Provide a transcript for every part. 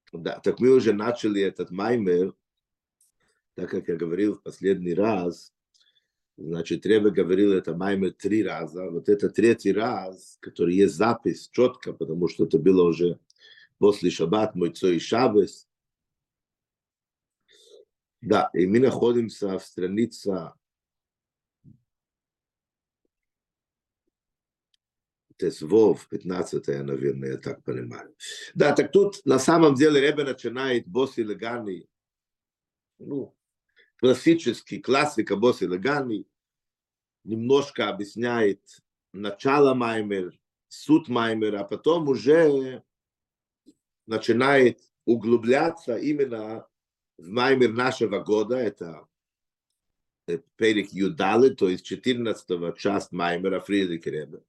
Да, так мы уже начали этот маймер, так как я говорил в последний раз, значит, Ребе говорил это маймер 3 раза, вот это 3-й раз, который есть запись четко, потому что это было уже после Шаббат, Мойцой и Шаббес. Да, и мы находимся в странице Тесвов, 15-я, наверное, я так понимаю. Да, так тут на самом деле Ребе начинает Боси Легани, ну, классический, классика Боси Легани, немножко объясняет начало Маймер, суть Маймер, а потом уже начинает углубляться именно в Маймер нашего года, это Перек Юдалы, то есть 14-го часть Маймера Фридрих Ребе.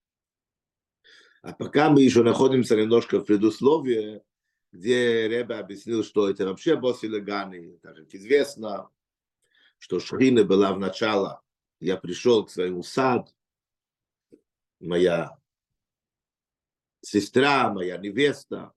А пока мы еще находимся немножко в предусловии, где Ребе объяснил, что это вообще Боси Легани. Так как известно, что Шхина была в начале. Я пришел к своему саду, моя сестра, моя невеста.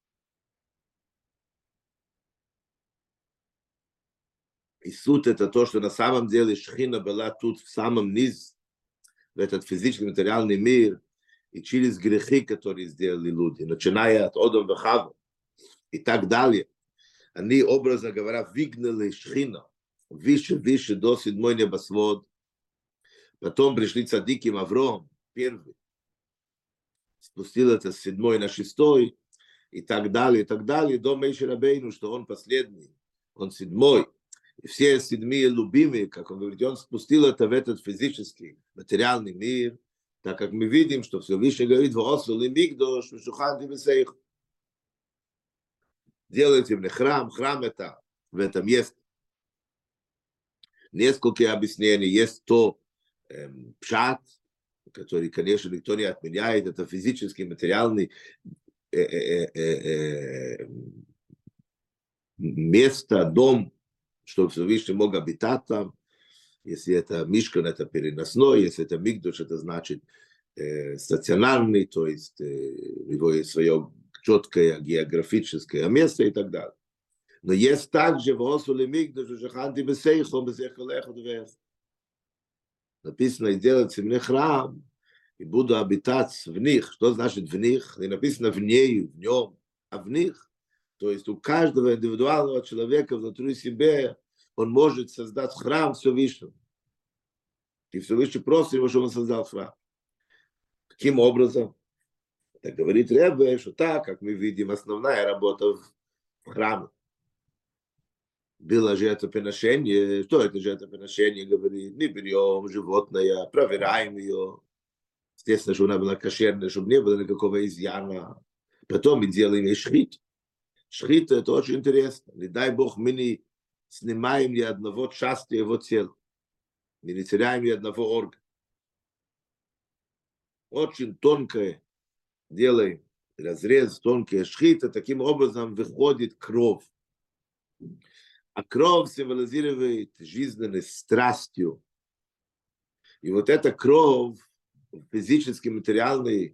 И суть это то, что на самом деле Шхина была тут в самом низ, в этот физический материальный мир, и через грехи, которые сделали люди, начиная от Одом и Хавы и так далее, они, образно говоря, выгнали Шхина выше до 7-й небосвод. Потом пришли цадики Авром, первый, спустил это с 7-й на 6-й, и так далее, до Мейши Рабейну, что он последний, он 7-й. И все 7 любимые, как он говорит, он спустил это в этот физический, материальный мир, так как мы видим, что Всевышний говорит, «Воосули мигдош, вешуханти бесейх». Делайте мне храм, храм это, в этом есть несколько объяснений, есть то пшат, который, конечно, никто не отменяет, это физический, материальный место, дом, чтобы Всевышний мог обитать там. Если это мишкан, это переносной, если это мигдош, это значит стационарный, то есть у него есть свое четкое географическое место и так далее. Но есть также «Воосули мигдош, вешуханти бесейхо, бесейхо лехо двех». Написано «Сделайте мне храм, и буду обитать в них». Что значит в них? Не написано в ней, в нем, а в них. То есть у каждого индивидуального человека внутри себя он может создать храм Всевышнему. И Всевышний просит его, чтобы он создал храм. Каким образом? Так говорит Ребе, что так, как мы видим, основная работа в храме. Было жертвоприношение. Что это жертвоприношение, говорит? Мы берем животное, проверяем ее. Естественно, что она была кошерная, чтобы не было никакого изъяна. Потом мы делаем ей шхит. Шхит – это очень интересно. Не дай Бог, мы не снимаем ни одного части его тела. Мы не теряем ни одного органа. Очень тонкое делаем разрез, тонкий шхит, и таким образом выходит кровь. А кровь символизирует жизненность, страстью. И вот эта кровь, физический, материальный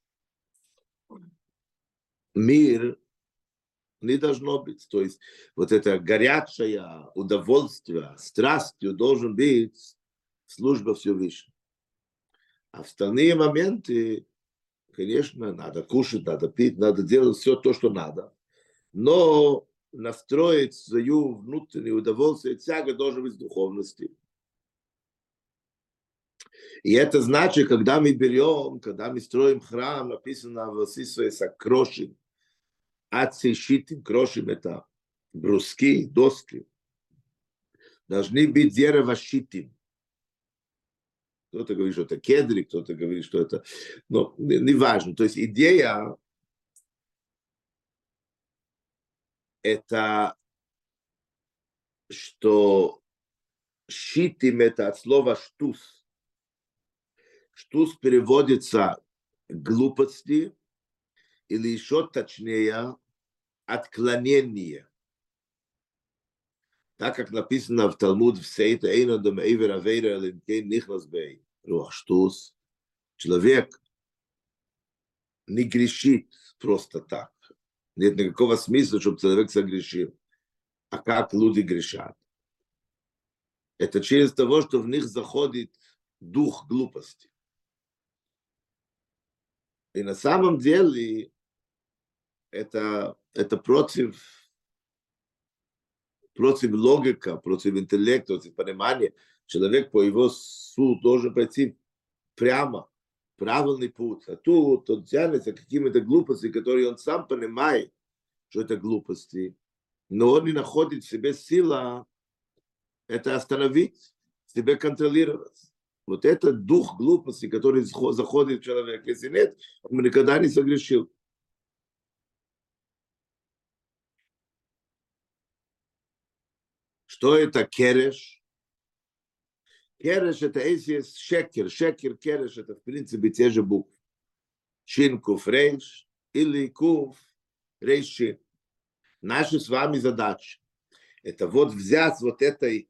мир, не должно быть. То есть вот это горячее удовольствие, страстью должен быть служба Всевышнего. А в остальные моменты, конечно, надо кушать, надо пить, надо делать все то, что надо. Но настроить свою внутреннее удовольствие, тяга должен быть с духовности. И это значит, когда мы берем, когда мы строим храм, написано в Сисуэса крошим, отцы щитим, крошим это бруски, доски. Должны быть дерево щитим. Кто-то говорит, что это кедри, кто-то говорит, что это... Но не важно. То есть идея это, что щитим это от слова штус. Штус переводится глупости или еще точнее отклонение. Так как написано в Талмуд в Сейте, человек не грешит просто так. Нет никакого смысла, чтобы человек согрешил. А как люди грешат? Это через того, что в них заходит дух глупости. И на самом деле это против логика, против интеллекта, против понимания. Человек по его суду должен пойти прямо, правильный путь. А тут он тянется какими-то глупостями, которые он сам понимает, что это глупости. Но он не находит в себе сила это остановить, себя контролировать. Вот этот дух глупости, который заходит в человека. Если нет, он никогда не согрешил. Что это кереш? Кереш это эсис шекер. Шекер, кереш это в принципе те же буквы. Чин, куф, рейш или куф, рейш, шин. Наша с вами задача это вот взять вот этой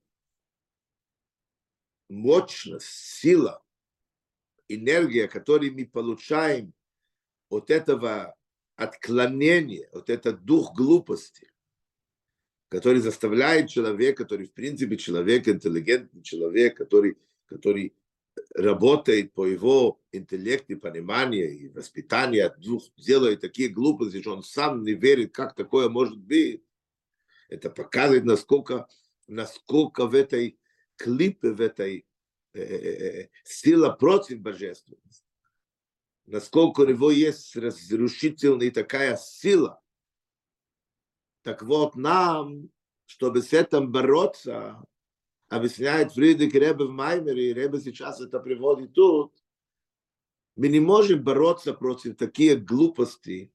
мощность, сила, энергия, которую мы получаем от этого отклонения, от этого дух глупости, который заставляет человека, который в принципе человек, интеллигентный человек, который работает по его интеллекту, пониманию и воспитанию, делает такие глупости, что он сам не верит, как такое может быть. Это показывает, насколько в этой клипе, в этой сила против божественности. Насколько у него есть разрушительная такая сила. Так вот, нам, чтобы с этим бороться, объясняет Фридрих Ребе в Маймере, и Ребе сейчас это приводит тут, мы не можем бороться против таких глупостей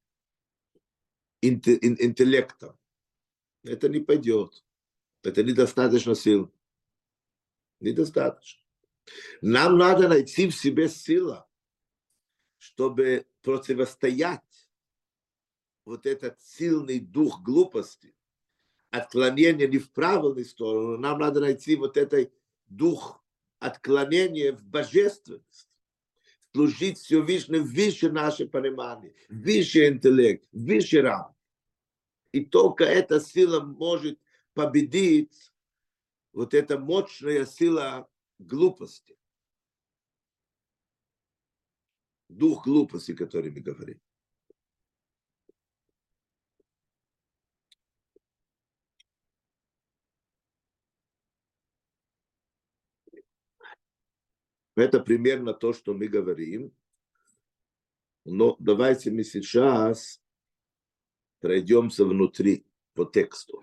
интеллектом. Это не пойдет. Это недостаточно сил. Недостаточно. Нам надо найти в себе сила, чтобы противостоять вот этот сильный дух глупости, отклонение не в правильную сторону, нам надо найти вот этот дух отклонения в божественность, служить все выше наше понимание, выше интеллект, выше рамки. И только эта сила может победить вот эта мощная сила глупости. Дух глупости, о котором мы говорим. Это примерно то, что мы говорим. Но давайте мы сейчас пройдемся внутри по тексту.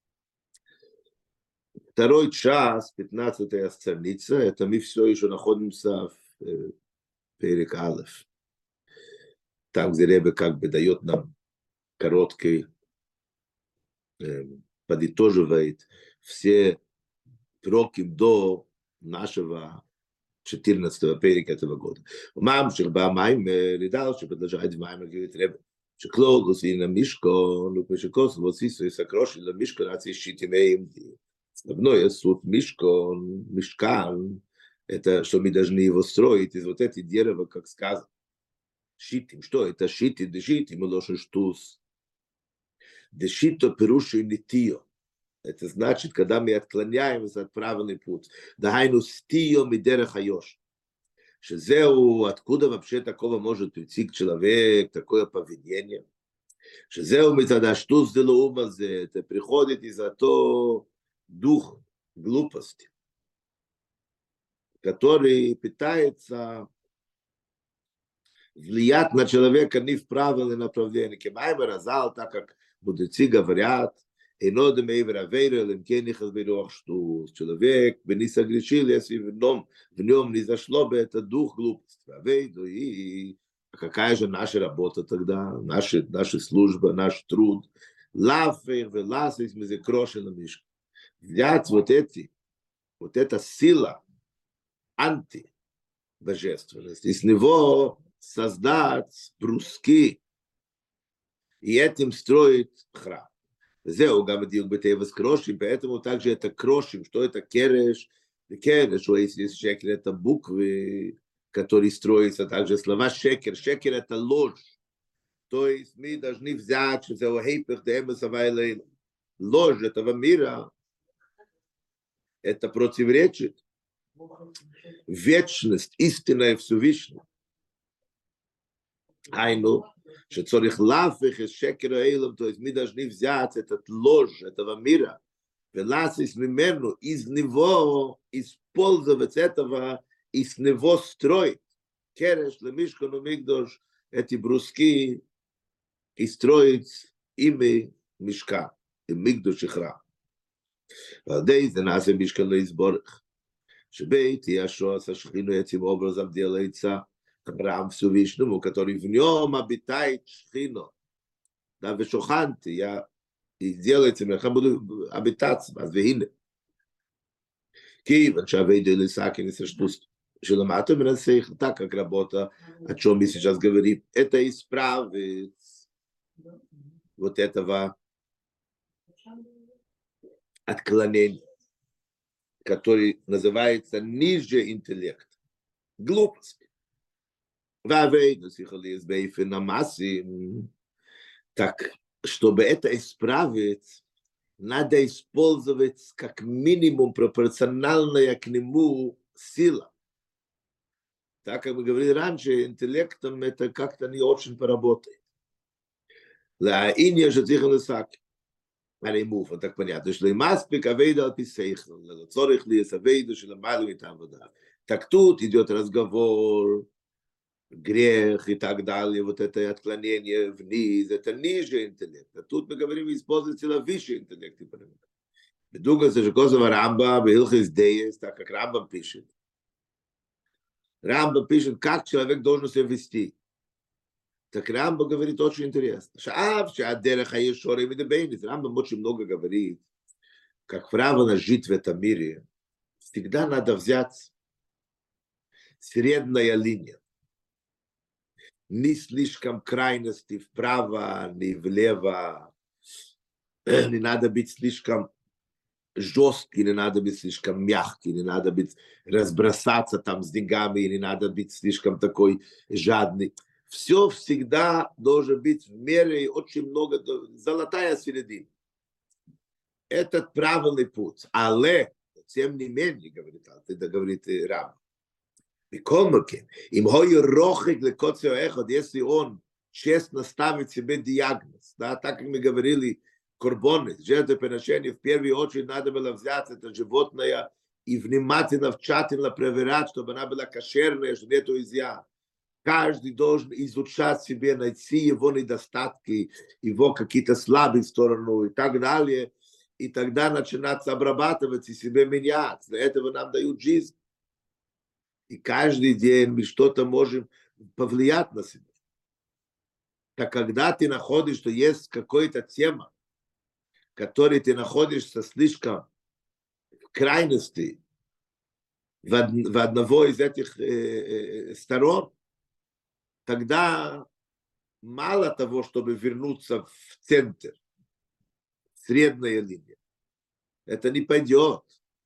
Второй час, 15-я страница, это мы все еще находимся в Перек Алеф. Там, где Ребе как бы дает нам короткий, подытоживает все сроки до нашего 14-го перека этого года. Мамших Маймер, и дальше продолжает Маймер, говорит Ребе, שכלוגוס אין המשכון, ופשקוס וסיסו יסקרושי למשכון עד שיתימי основное суд мишкон, мишкан, это что мы должны его строить из вот этих дерева, как сказано. Шитим, что это шитим, дешитим, лошен штус. Дешито перуши нитио. Это значит, когда мы отклоняемся от правильный путь. Дахайну стио мидера хайош. Шезеу, откуда вообще такого может прийти к человеку, такое поведение? Шезеу митадаштус делоумазе, это приходит из-за того дух глупости, который пытается влиять на человека не в правильное направление. Кемаймер Азал, так как мудрецы говорят, человек бы не согрешил, если в нем не зашло бы это дух глупости. И какая же наша работа тогда, наша служба, наш труд? Взять вот эта сила антибожественности, из него создать бруски и этим строить храм. Зеу гамадил бетевас крошим, поэтому также это крошим, что это кереш, что если шекер это буквы, которые строятся, также слова шекер, шекер это ложь, То есть мы должны взять, что это гейпех демес авайлейла. Ложь этого мира, это противоречит вечность, истинная Всевышнего. Айну, что цорих лафих из шекера эйлом, то есть мы должны взять этот ложь этого мира, веласис мимену, из него использовать этого, из него строить. Кереш, лемишкану мигдош, эти бруски, и строить ими мишка, и мигдош и храм. Валдей, זה נעשה משכן לא יסבורך. שבית Яшуа со Шхину этим образом делается храм Всевышнему, который в нем обитает Шхину. Да, в Шоханте я и делается, я буду обитать, а вехине. Киеван, Шавейда или Сакин, что Шеламату Минасейх, так как работа, о чем мы сейчас говорим, это исправит вот этого отклонения, который называется ниже интеллект, глупость. Так, чтобы это исправить, надо использовать как минимум пропорциональная к нему сила. Так как мы говорили раньше, интеллектом это как-то не очень поработает. Лаиния же тихо הרימוף, так понятно, что и маспик авейда al писейхл, цорих ли es авейда, что намалу и там вода. Так тут идет разговор, грех и так далее, вот это отклонение вниз, это ниже интеллект. А тут мы говорим, используется выше интеллект. Бедуга же Козова Рамба, Бехилхис Деес, так как Рамбам пишет. Рамбам пишет, как человек должен себя вести. Так Рамба говорит очень интересно. Рамбам очень много говорит, как правильно жить в этом мире. Всегда надо взять средняя линия. Не слишком крайности вправо, не влево. Не надо быть слишком жесткий, не надо быть слишком мягкий, не надо быть разбросаться там с деньгами, не надо быть слишком такой жадный. Все всегда должен быть в мере, очень много, золотая середина. Этот правильный путь. Але, тем не менее, говорит Рам, если он честно ставит себе диагноз, да, так как мы говорили, корбоны, жертвоприношения, в первую очередь надо было взять это животное и внимательно, тщательно проверять, чтобы она была кошерная, что нету изъяна. Каждый должен изучать себе, найти его недостатки, его какие-то слабые стороны и так далее. И тогда начинать обрабатывать и себе менять. Для этого нам дают жизнь. И каждый день мы что-то можем повлиять на себя. Так когда ты находишь, что есть какая-то тема, в которой ты находишься слишком в крайности в одного из этих сторон, тогда мало того, чтобы вернуться в центр, средняя линия, это не пойдет.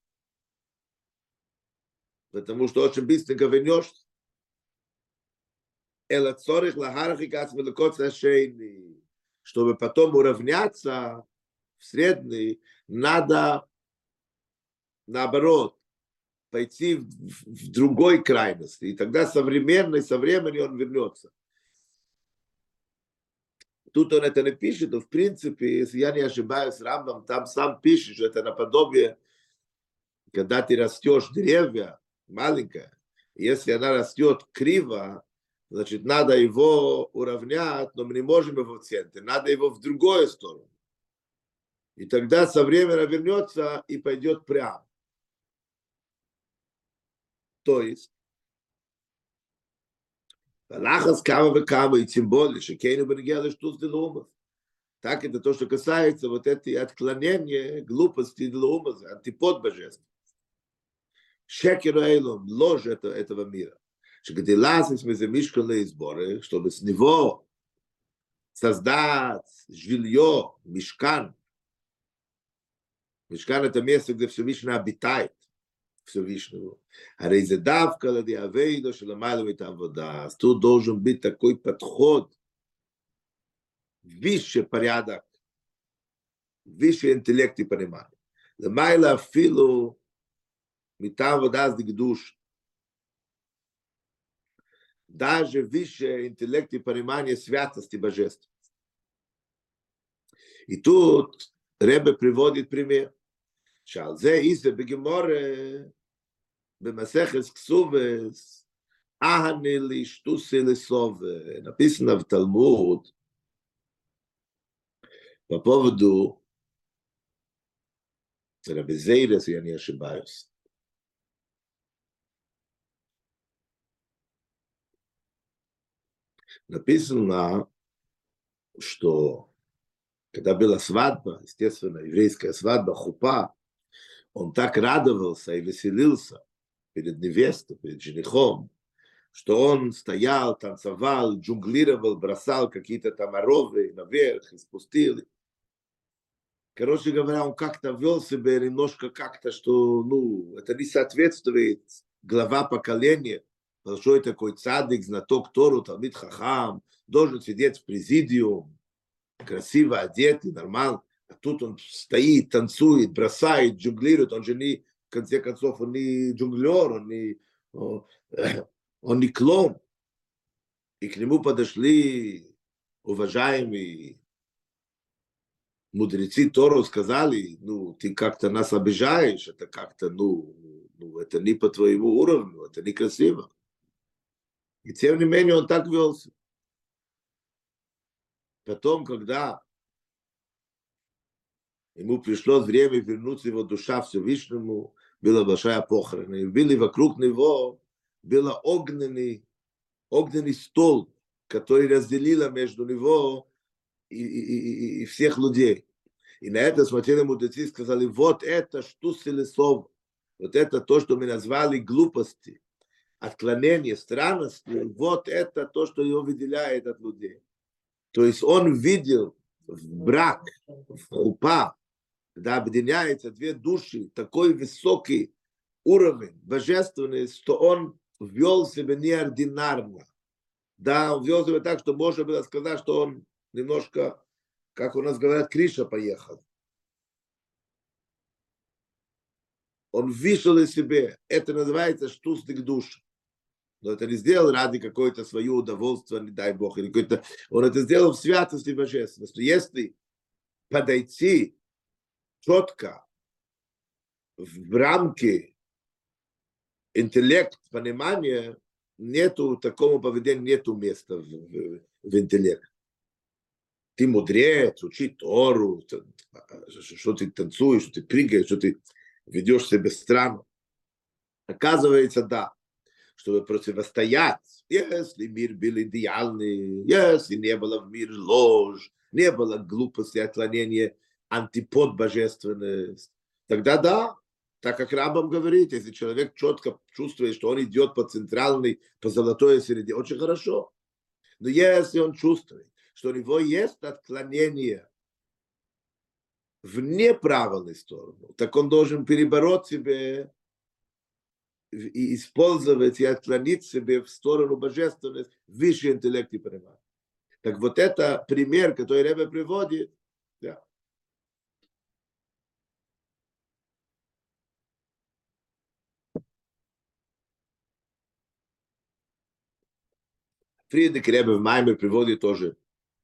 Потому что очень быстренько вернешься. Чтобы потом уравняться в средний, надо наоборот пойти в другой крайности. И тогда со временем он вернется. Тут он это не пишет, но в принципе, если я не ошибаюсь, Рамбам там сам пишет, что это наподобие, когда ты растешь деревья, маленькая, если она растет криво, значит, надо его уравнять, но мы не можем его в центре, надо его в другую сторону. И тогда со временем вернется и пойдет прямо. То есть, Лахас кама и тем более, что Кейну Бенегелы штуц делумов. Так это то, что касается вот этой отклонения, глупости делумов, антипод божества. Шекер эйлом, ложь этого мира. Что где лазить мы за мишканы сборы, чтобы с него создать жилье, мишкан. Мишкан это место, где Всевышний обитает. Всевышнего. А резедавка лади авейда шеламалу и тавода. Тут должен быть такой подход высший порядок, высший интеллект и понимание. Лемайла филу митам водас дикдуш. Даже высший интеллект и понимание святости божества. И тут Ребе приводит пример. שעל זה איזה בגמורה, במסכת כסובס, אהני לי שטוסי לסוב, написано в Талмуд, по поводу Раби Зейра, если я не ошибаюсь. Написано, что когда была свадьба, естественно, еврейская свадьба, хупа, он так радовался и веселился перед невестой, перед женихом, что он стоял, танцевал, джунглировал, бросал какие-то там оровы наверх и спустил. Короче говоря, он как-то вел себя немножко как-то, что, ну, это не соответствует глава поколения, большой такой цадик, знаток Тору, талмид хахам, должен сидеть в президиум, красиво одетый, нормально. А тут он стоит, танцует, бросает, джунглирует. Он же не, в конце концов, он не джунглер, он не клоун. И к нему подошли уважаемые мудрецы Тору, сказали, ну, ты как-то нас обижаешь, это как-то, ну, это не по твоему уровню, это некрасиво. И тем не менее он так велся. Потом, когда ему пришло время вернуть его душа Всевышнему, была большая похорона. И были вокруг него, был огненный стол, который разделил между него и всех людей. И на это смотрели мудрецы и сказали, вот это штус лесов, вот это то, что мы назвали глупости, отклонение, странности, вот это то, что его выделяет от людей. То есть он видел в брак, в хупа, когда объединяются две души, такой высокий уровень божественности, что он вел себя неординарно. Да, он вел себя так, что можно было сказать, что он немножко, как у нас говорят, Криша поехал. Он вышел из себя. Это называется штустик душ. Но это не сделал ради какое-то свое удовольствие, не дай Бог, или какое-то... Он это сделал в святости божественности. Если подойти четко в рамки интеллект, понимания, нету такому поведению, нету места в интеллект. Ты мудрец, учи Тору, что ты танцуешь, что ты прыгаешь, что ты ведешь себя странно. Оказывается, да, чтобы противостоять, если мир был идеальный, если не было в мире ложь, не было глупости, отклонения, антипод божественности, тогда да, так как Рамбам говорит, если человек четко чувствует, что он идет по центральной, по золотой середине, очень хорошо. Но если он чувствует, что у него есть отклонение в неправильную сторону, так он должен перебороть себя и использовать и отклонить себя в сторону божественности, высший интеллект и понимание. Так вот это пример, который Ребе приводит. Да. Фридрих Ребе в Маймер приводит тоже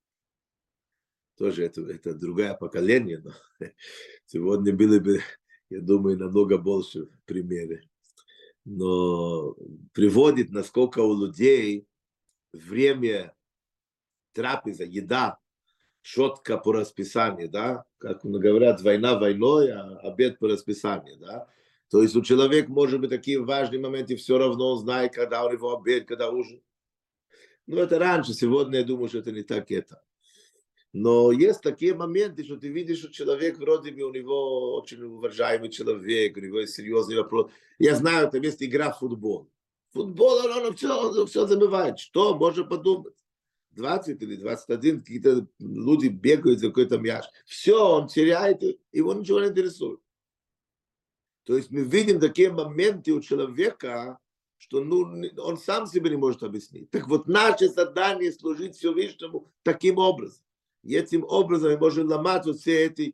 это другое поколение, но сегодня было бы, я думаю, намного больше примеров. Но приводит, насколько у людей время трапеза, еда, четко по расписанию, да, как говорят, война войной, а обед по расписанию, да. То есть у человека, может быть, такие важные моменты, все равно он знает, когда у него обед, когда ужин. Ну, это раньше, сегодня я думаю, что это не так это. Но есть такие моменты, что ты видишь, что человек вроде бы у него очень уважаемый человек, у него есть серьезный вопрос. Я знаю, там есть игра в футбол. Футбол, он все забывает. Что можно подумать? 20 или 21 какие-то люди бегают за какой-то мяч. Все, он теряет, его ничего не интересует. То есть мы видим такие моменты у человека, что он сам себе не может объяснить. Так вот, наше задание служить Всевышнему таким образом. И этим образом мы можем ломать вот все эти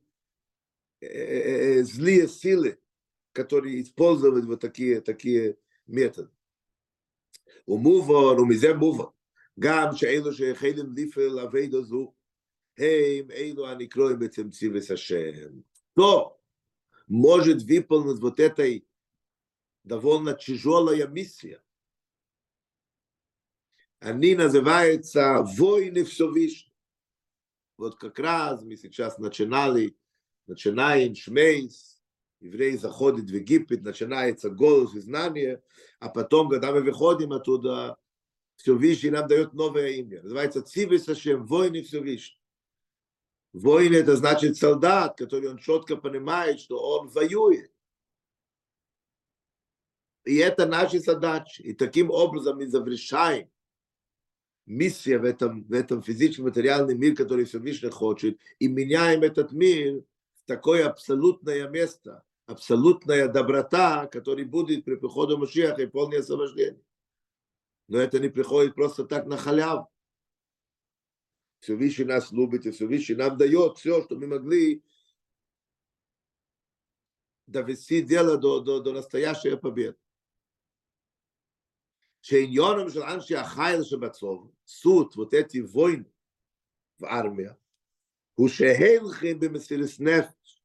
злые силы, которые используют вот такие методы. ומזה מובן, גם שאלו שהחלים לפעול עבודה זו, הם אלו הנקראים בעצם ציוות השם. То может выполнить вот этой довольно тяжелая миссия. Они называются воины Всевышнего. Вот как раз мы сейчас начинаем Шмейс, евреи заходят в Египет, начинается голос и знание, а потом, когда мы выходим оттуда, Всевышний нам дает новое имя. Называется Цивис Ашем, воины Всевышнего. Воин — это значит солдат, который он четко понимает, что он воюет. И это наша задача. И таким образом мы завершаем миссию в этом физическом материальном мире, который Всевышний хочет, и меняем этот мир в такое абсолютное место, абсолютная доброта, которая будет при приходе Машиаха и полное освобождение. Но это не приходит просто так на халяву. Всевышний нас любит, и Всевышний нам дает все, что мы могли довести дело до настоящей победы. שעניונם של אנשי החיל שבצבא, סות, вот эти войны в армии, הוא שהלכים במסירות נפש.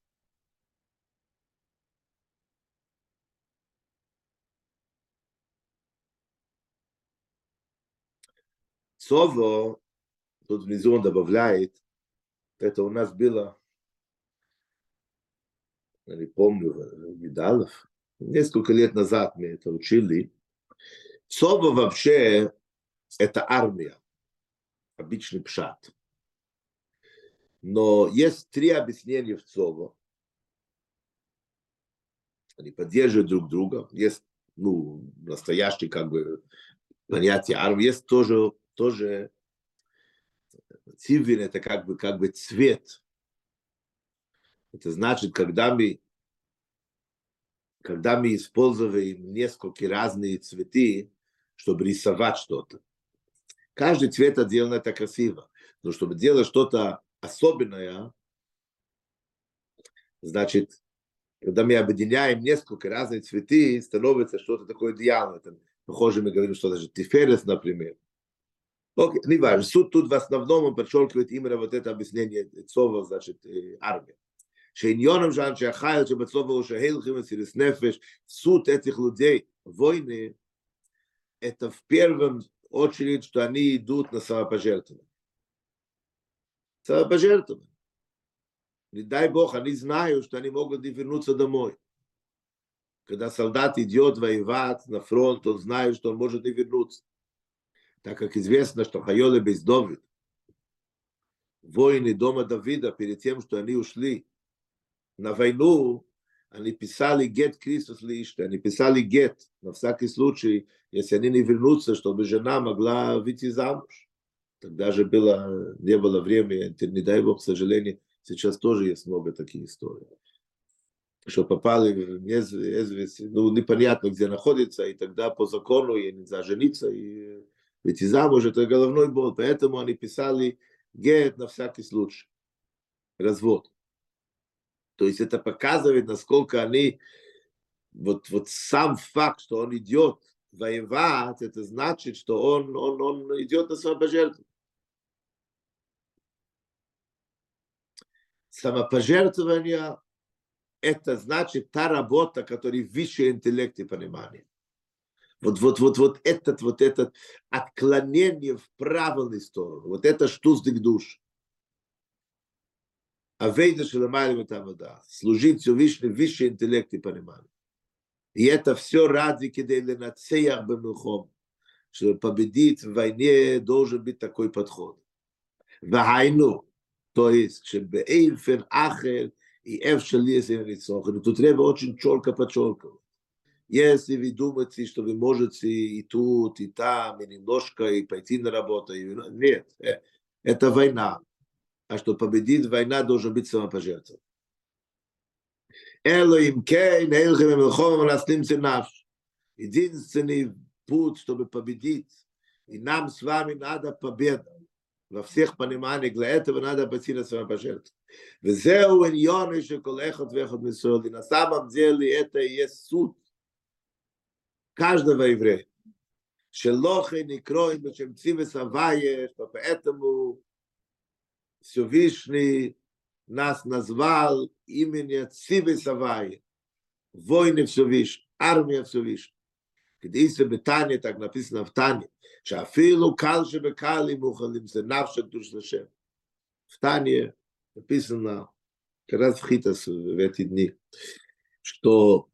Цово, тут внизу он добавляет, это у нас было, я не помню, Видалов, несколько лет назад мы это учили. Цово вообще это армия, обычный пшат. Но есть три объяснения в Цово. Они поддерживают друг друга. Есть, настоящий как бы понятие армии. Есть тоже цивиль, это как бы цвет. Это значит, когда мы используем несколько разные цветы, чтобы рисовать что-то. Каждый цвет отдельно это красиво. Но чтобы делать что-то особенное, значит, когда мы объединяем несколько разных цветов, становится что-то такое идеальное. Похоже, мы говорим, что даже тиферес, например. Окей, не важно. Суд тут в основном он подчеркивает именно вот это объяснение Цова, значит, армия. שעניונם של אנשי החיל שבצבא הוא שהלכים מסירות нефеш, суд этих людей, войны, это в первую очередь, что они идут на самопожертвование. Самопожертвование. Не дай Бог, они знают, что они могут не вернуться домой. Когда солдат идет воевать на фронт, он знает, что он может не вернуться. Так как известно, что Хайоле без Давид, воины дома Давида, перед тем, что они ушли на войну, они писали гет Христос лишь, они писали гет, на всякий случай, если они не вернутся, чтобы жена могла выйти замуж. Тогда же не было времени, не дай Бог, к сожалению, сейчас тоже есть много таких историй. Что попали в непонятно, где находится, и тогда по закону ей нельзя жениться и выйти замуж, это головной боль. Поэтому они писали гет на всякий случай, развод. То есть это показывает, насколько они, вот сам факт, что он идет воевать, это значит, что он идет на самопожертвование. Самопожертвование — это значит та работа, которая выше интеллекта и понимания. Вот этот отклонение в правильную сторону, вот это штуздик душ. Авейда шеламайлем это вода. Служить Всевышнему выше интеллекта и понимания. И это все ради кидей ленацеях бемилхом. Чтобы победить в войне, должен быть такой подход. Вахайну, то есть, чтобы эйфен ахер и эвшали если ницох. Но тут треба очень четко подчеркивать. Если вы думаете, что вы можете и тут, и там, и немножко, и пойти на работу, нет, это война. А что победить война, должен быть самопожертвование. Элоим кейн, элхем мелхом, наслим ценавш. Единственный путь, чтобы победить, и нам с вами надо победа. во всех пониманиях, для этого надо пойти на своем пожертвовании. וזהו עניון שכל אחד ואחד מישראל, и на самом деле это и есть суть каждого еврея. שלוחי נקרואים בשם ציווס הוויה, поэтому Всевышний нас назвал имени ציווס הוויה, воины Всевышний, армия Всевышний. כדאיסא בתניא, так написано в Тане, שאפילו קל שבקלים מוכלים, זה נפש קדוש לשם. В Тане написано, как раз в Хитас в эти дни, что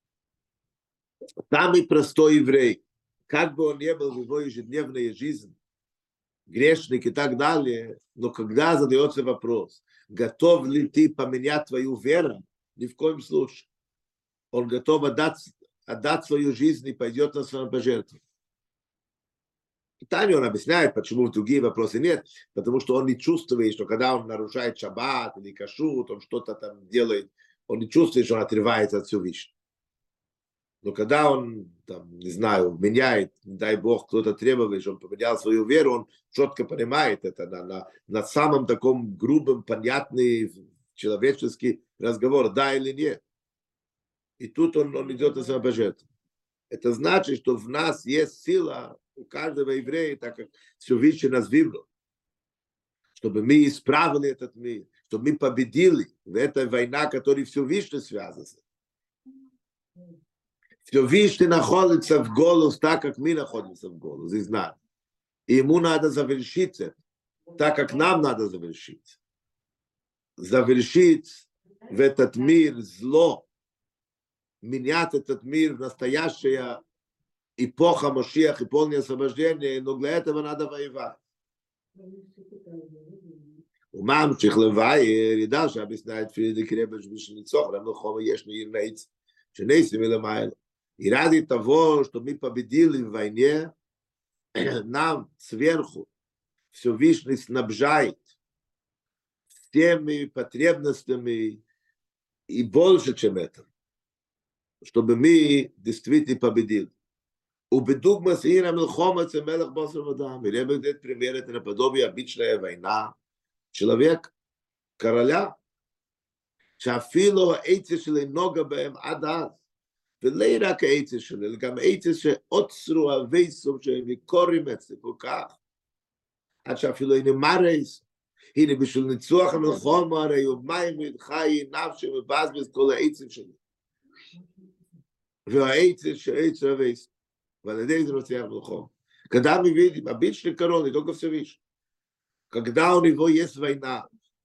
самый простой еврей, как бы он ни был в его ежедневной жизни, грешник и так далее, но когда задается вопрос, готов ли ты поменять твою веру, ни в коем случае. Он готов отдать свою жизнь и пойдет на самопожертвование. И Таня он объясняет, почему другие вопросы нет, потому что он не чувствует, что когда он нарушает шаббат или кашрут, он что-то там делает, он не чувствует, что он отрывается от Всевышнего. Но когда он, там, не знаю, меняет, не дай Бог, кто-то требует, что он поменял свою веру, он четко понимает это на самом таком грубом, понятный человеческий разговор, да или нет. И тут он идет на самопожертвование. Это значит, что в нас есть сила у каждого еврея, так как Всевышний нас выбрал, чтобы мы исправили этот мир, чтобы мы победили в этой войне, которая Всевышний связана. Всевышний находится в голос, так как мы находимся в голос, и знаем. И ему надо завершить это, так как нам надо завершить. Завершить в этот мир зло, менять этот мир в настоящая эпоха Машиах и полное освобождение, но для этого надо воевать. וממשיך לבאר, ידע שהבסנאית פרידי קרבש בשביל ניצוח, למה חומר יש מעיר נעיץ, שנסים מלמעלה. И ради того, что мы победили в войне, нам сверху Всевышний снабжает теми потребностями и больше, чем это, чтобы мы действительно победили. ובדוגמה סעיר המלחומה אצל מלך בוסר ודם, и Ребе дает пример, это наподобие обычная война, человек, короля, שאפילו העצה שלי נוגע בהם עד אז, ולא רק העצה שלי, אלא גם העצה שעוצרו הוויסום שהם וקוראים אצלי כל כך, עד שאפילו הנה מרס, הנה בשביל ניצוח המלחומה, הרי יומיים וחי נפשי מבזבז כל העצה שלי. והעצה שעצה הוויסום. ועל ידי זה מצליח מלחום. Когда мы видим обычный король, не только Всевышний, когда у него есть война,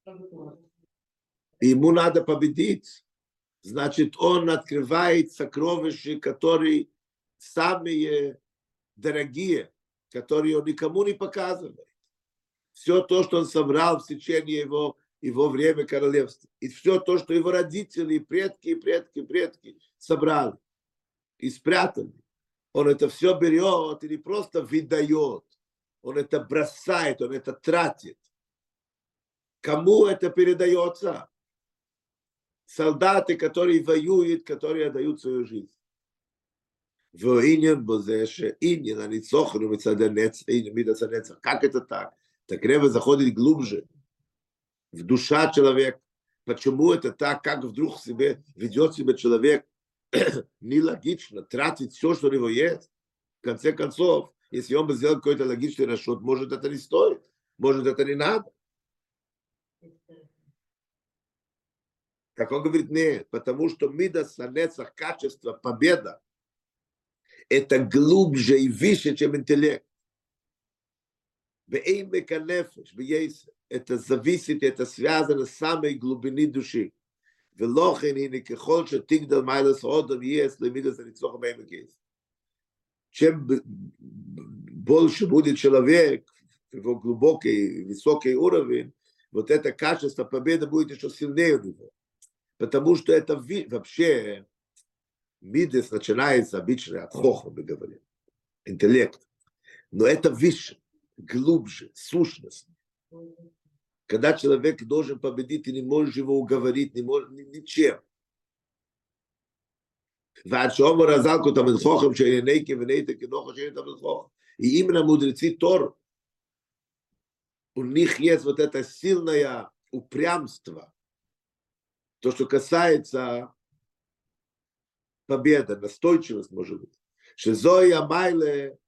и ему надо победить, значит, он открывает сокровища, которые самые дорогие, которые он никому не показывает. Все то, что он собрал в течение его время королевства, и все то, что его родители, предки собрали и спрятали. Он это все берет и не просто выдает, он это бросает, он это тратит. Кому это передается? Солдаты, которые воюют, которые отдают свою жизнь. Как это так? Так Ребе заходит глубже в душа человека. Почему это так? Как вдруг ведет себя человек нелогично, тратить все, что у него есть? В конце концов, если он бы сделал какой-то логичный расчет, может, это не стоит, может, это не надо. Так он говорит, нет, потому что мидас нецах, качество, победа, это глубже и выше, чем интеллект. Это зависит, это связано с самой глубины души. Чем больше будет человек, его глубокий, высокий уровень, вот это качество победы будет еще сильнее у него. Потому что это вообще мидес начинается обычно от хохма, мы говорим, интеллект. Но это выше, глубже, сущность. Когда человек должен победить, ты не можешь его уговорить, не можешь ничем. И именно мудрецы Тору, у них есть вот это сильное упрямство, то, что касается победы, настойчивость, может быть. Шизоя Майле,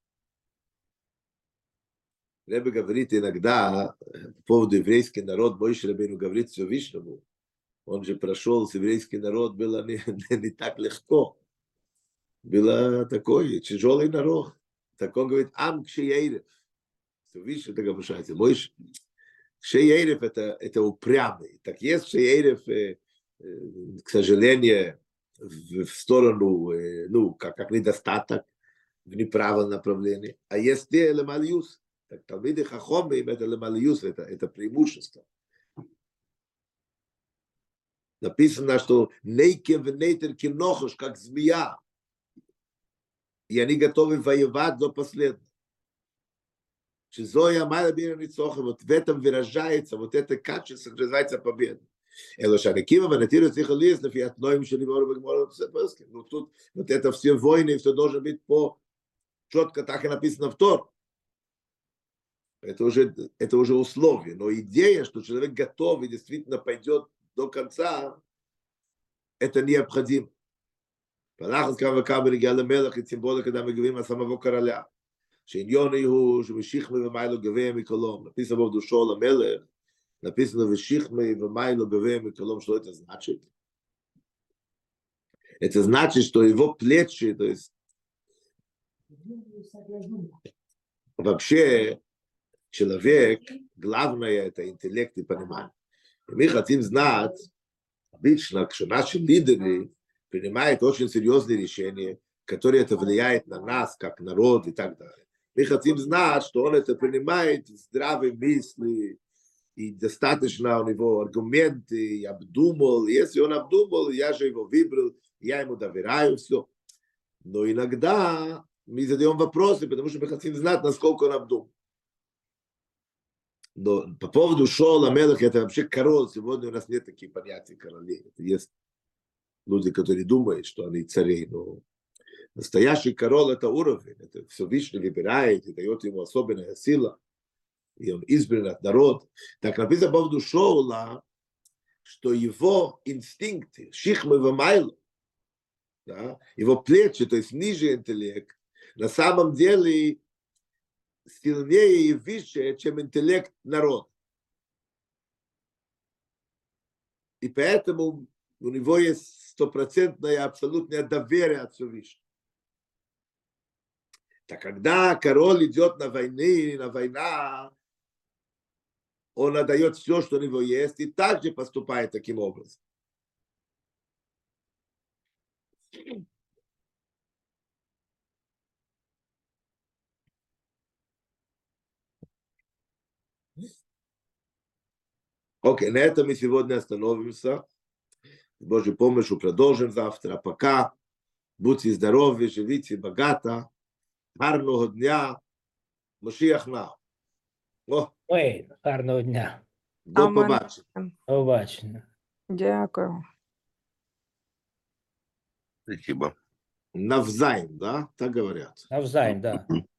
Ребе говорит иногда по поводу еврейский народ, Моше Рабейну говорит Всевышнему, он же прошел с еврейский народ, было не так легко. Было такой тяжелый народ. Так он говорит, ам кшеерев. Всевышний так обращается. Моше, кшеерев это упрямый. Так есть кшеерев, к сожалению, в сторону, ну, как недостаток, в неправильном направлении. А есть те лемалиус. Так талмиды хахомим это лемалиус, это преимущество. Написано, что нейкем венейтер кинохош, как змея. И они готовы воевать до последнего. Шизоя майла бира ницоха, вот в этом выражается вот это качество, что называется победа. Элошарикива, ванатиру цихалиес, на фиатноим шелимору бегмору цепески. Ну тут вот это все войны, все должно быть по четко так и написано в Тор. Это уже условие. Но идея, что человек готов и действительно пойдет до конца, это необходимо. Палахас кавакабри геалемелах, и тем более, когда мы говорим о самого короля. שעניון הוא שמשכמי ומיילו גבוה מקלום. написано в душу למלך, написано ושכמי ומיילו גבוה מקלом, что это значит? Это значит, что его плечи, то есть вообще человек, главное это интеллект и понимание. И мы хотим знать, обычно, что наши лидеры принимают очень серьезные решения, которые это влияет на нас, как народ и так далее. Мы хотим знать, что он это принимает здравые мысли, и достаточно у него аргументы, и обдумал. Если он обдумал, я же его выбрал, я ему доверяю, все. Но иногда мы задаем вопросы, потому что мы хотим знать, насколько он обдумал. Но по поводу Шоула Мелех, это вообще король. Сегодня у нас нет таких понятий королей. Это есть люди, которые думают, что они цари, но настоящий король это уровень, это Всевышний выбирает и дает ему особенная сила, и он избран от народа. Так написано по поводу Шоула, что его инстинкты, шихмы вамайло, да, его плечи, то есть ниже интеллект, на самом деле сильнее и выше, чем интеллект народа. И поэтому у него есть стопроцентное абсолютное доверие от Всевышнего. Так когда король идет на война, он отдает все, что у него есть, и также поступает таким образом. Окей, на этом мы сегодня остановимся. С Божьей помощью продолжим завтра. Пока. Будьте здоровы, живите богато. Гарного дня. Машиах на. Ой, гарного дня. До побачення. До побачення. Дякую. Спасибо. Навзаим, да? Так говорят. Навзаим, да.